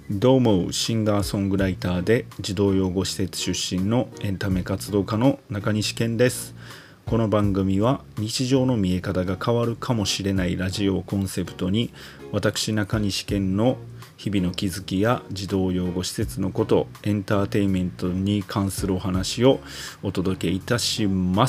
どうも、シンガーソングライターで児童養護施設出身のエンタメ活動家の中西健です。この番組は日常の見え方が変わるかもしれないラジオをコンセプトに、私中西健の日々の気づきや児童養護施設のこと、エンターテインメントに関するお話をお届けいたします。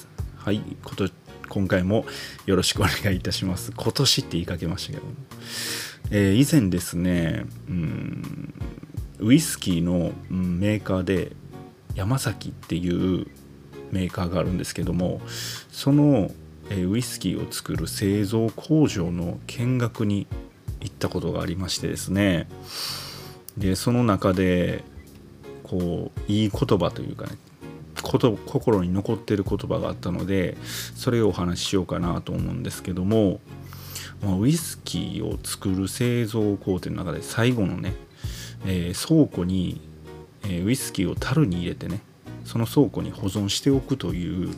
はい、今回もよろしくお願いいたします。今年って言いかけましたけど、以前ですね、ウイスキーのメーカーで山崎っていうメーカーがあるんですけども、そのウイスキーを作る製造工場の見学に行ったことがありましてですね、でその中でこういい言葉というかね、心に残っている言葉があったので、それをお話ししようかなと思うんですけども、ウイスキーを作る製造工程の中で最後のね、倉庫に、ウイスキーを樽に入れてね、その倉庫に保存しておくという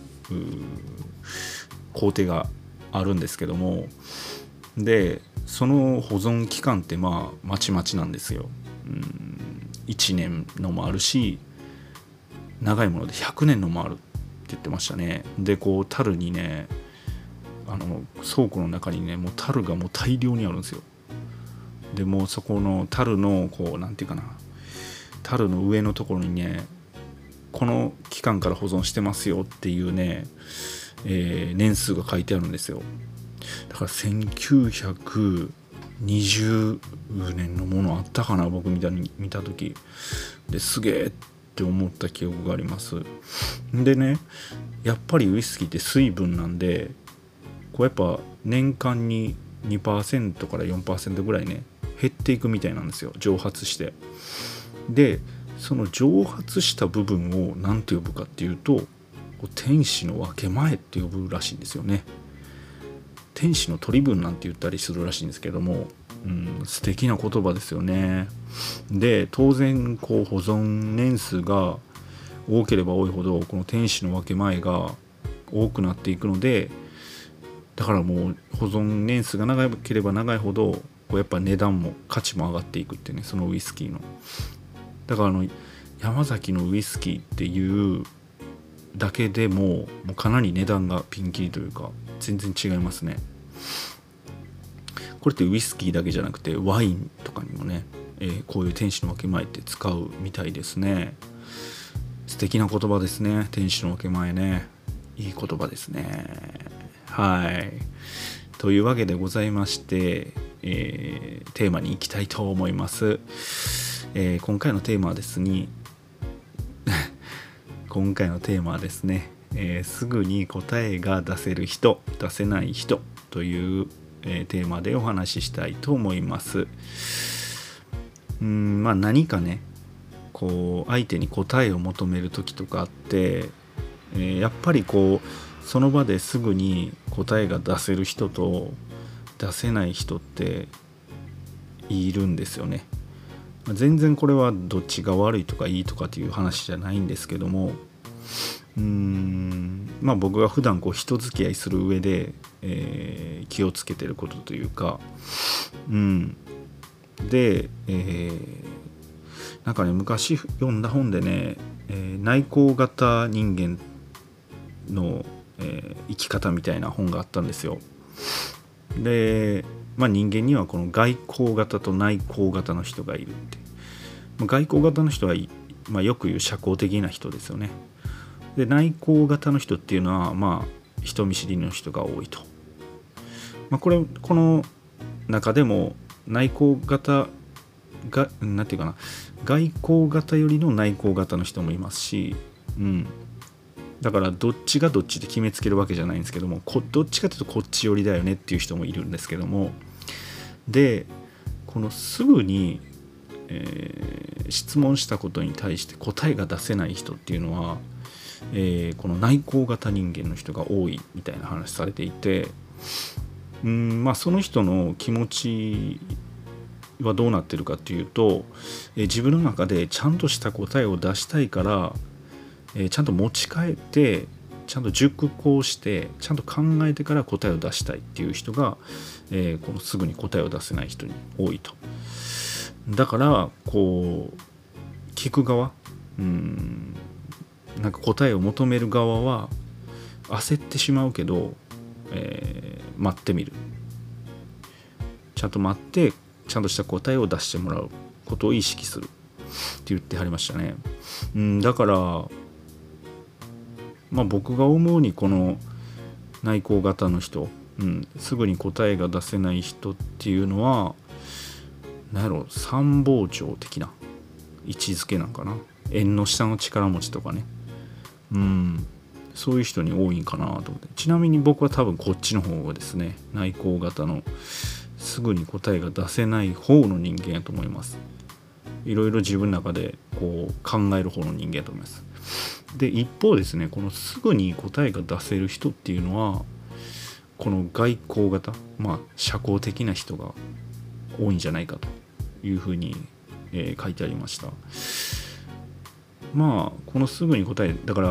工程があるんですけども、でその保存期間ってまちまちなんですよ。1年のもあるし、長いもので100年のもあるって言ってましたね。でこう樽にね、倉庫の中にね、もう樽がもう大量にあるんですよ。でもうそこの樽のこうなんていうかな、樽の上のところにね、この期間から保存してますよっていうね、年数が書いてあるんですよ。だから1920年のものあったかな、僕見た時ですげえって思った記憶があります。でね、やっぱりウイスキーって水分なんで、こうやっぱ年間に 2% から 4% ぐらいね減っていくみたいなんですよ、蒸発して。でその蒸発した部分を何て呼ぶかっていうと、天使の分け前って呼ぶらしいんですよね。天使の取り分なんて言ったりするらしいんですけども、素敵な言葉ですよね。で当然こう保存年数が多ければ多いほど、この天使の分け前が多くなっていくので、だからもう保存年数が長ければ長いほどこうやっぱ値段も価値も上がっていくってね、そのウイスキーの。だから山崎のウイスキーっていうだけでもうかなり値段がピンキリというか全然違いますね。これってウイスキーだけじゃなくてワインとかにもね、こういう天使の分け前って使うみたいですね。素敵な言葉ですね、天使の分け前ね。いい言葉ですね。はい、というわけでございまして、テーマに行きたいと思います。今回のテーマはですねすぐに答えが出せる人、出せない人という、テーマでお話ししたいと思います。何かね、こう相手に答えを求める時とかあって、やっぱりこうその場ですぐに答えが出せる人と出せない人っているんですよね。全然これはどっちが悪いとかいいとかっていう話じゃないんですけども、僕が普段こう人付き合いする上で、気をつけてることというか、で、なんかね、昔読んだ本でね、内向型人間の、生き方みたいな本があったんですよ。で、人間にはこの外向型と内向型の人がいるって。外向型の人は、よく言う社交的な人ですよね。で内向型の人っていうのは人見知りの人が多いと。この中でも内向型がなんていうかな、外向型よりの内向型の人もいますし、だからどっちがどっちで決めつけるわけじゃないんですけども、どっちかというとこっち寄りだよねっていう人もいるんですけども、でこのすぐに、質問したことに対して答えが出せない人っていうのは、この内向型人間の人が多いみたいな話されていて、その人の気持ちはどうなってるかっていうと、自分の中でちゃんとした答えを出したいから、ちゃんと持ち帰ってちゃんと熟考してちゃんと考えてから答えを出したいっていう人が、このすぐに答えを出せない人に多いと。 だからこう聞く側、なんか答えを求める側は焦ってしまうけど、待ってみる、ちゃんと待ってちゃんとした答えを出してもらうことを意識するって言ってはりましたね。だから僕が思うにこの内向型の人、すぐに答えが出せない人っていうのは何やろ、参謀長的な位置づけなんかな、縁の下の力持ちとかね、そういう人に多いんかなと思って。ちなみに僕は多分こっちの方がですね、内向型のすぐに答えが出せない方の人間やと思います。いろいろ自分の中でこう考える方の人間やと思います。で一方ですね、このすぐに答えが出せる人っていうのはこの外交型、社交的な人が多いんじゃないかというふうに、書いてありました。このすぐに答えだから、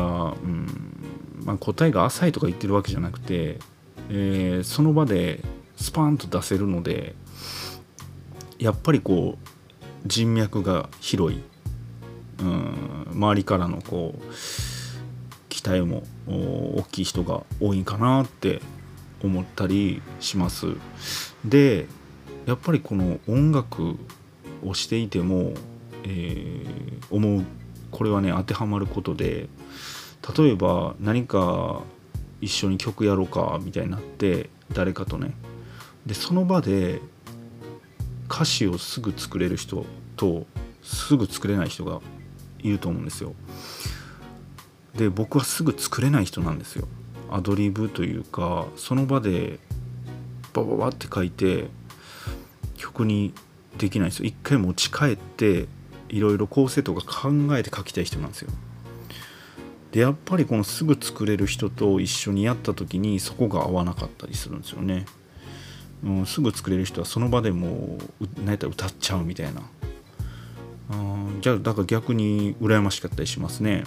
答えが浅いとか言ってるわけじゃなくて、その場でスパーンと出せるので、やっぱりこう人脈が広い、周りからのこう期待も大きい人が多いんかなって思ったりします。でやっぱりこの音楽をしていても、思うこれはね当てはまることで、例えば何か一緒に曲やろうかみたいになって誰かとね、でその場で歌詞をすぐ作れる人とすぐ作れない人がいると思うんですよ。で僕はすぐ作れない人なんですよ。アドリブというかその場でバババって書いて曲にできないんですよ。一回持ち帰っていろいろ構成とか考えて書きたい人なんですよ。でやっぱりこのすぐ作れる人と一緒にやった時にそこが合わなかったりするんですよね。すぐ作れる人はその場でもう何やったら歌っちゃうみたいな。じゃあだから逆に羨ましかったりしますね。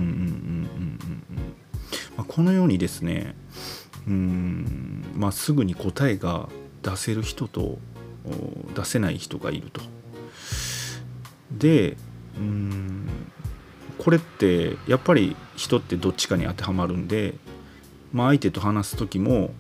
このようにですね、すぐに答えが出せる人と出せない人がいると。でこれってやっぱり人ってどっちかに当てはまるんで、相手と話す時も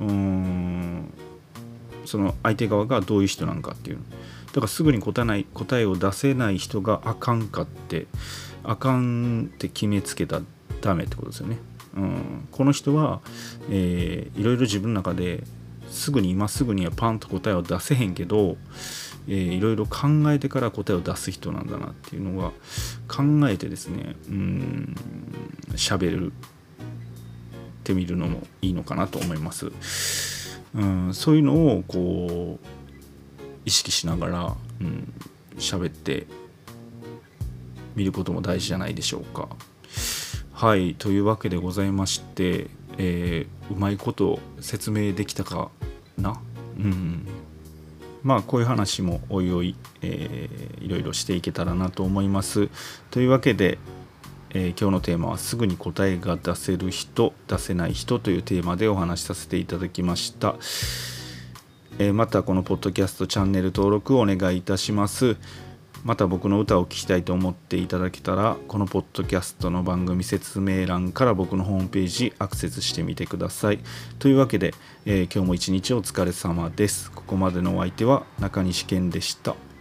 その相手側がどういう人なのかっていう、だからすぐに答えを出せない人があかんって決めつけたらダメってことですよね。この人はいろいろ自分の中ですぐに今すぐにはパンと答えを出せへんけど、いろいろ考えてから答えを出す人なんだなっていうのが考えてですね、喋るってみるのもいいのかなと思います。そういうのをこう意識しながら喋ってみることも大事じゃないでしょうか。はい、というわけでございまして、うまいこと説明できたかな。こういう話もおいおい、いろいろしていけたらなと思います。というわけで、今日のテーマはすぐに答えが出せる人出せない人というテーマでお話しさせていただきました。またこのポッドキャストチャンネル登録をお願いいたします。また僕の歌を聴きたいと思っていただけたら、このポッドキャストの番組説明欄から僕のホームページアクセスしてみてください。というわけで、今日も一日お疲れ様です。ここまでのお相手は中西健でした。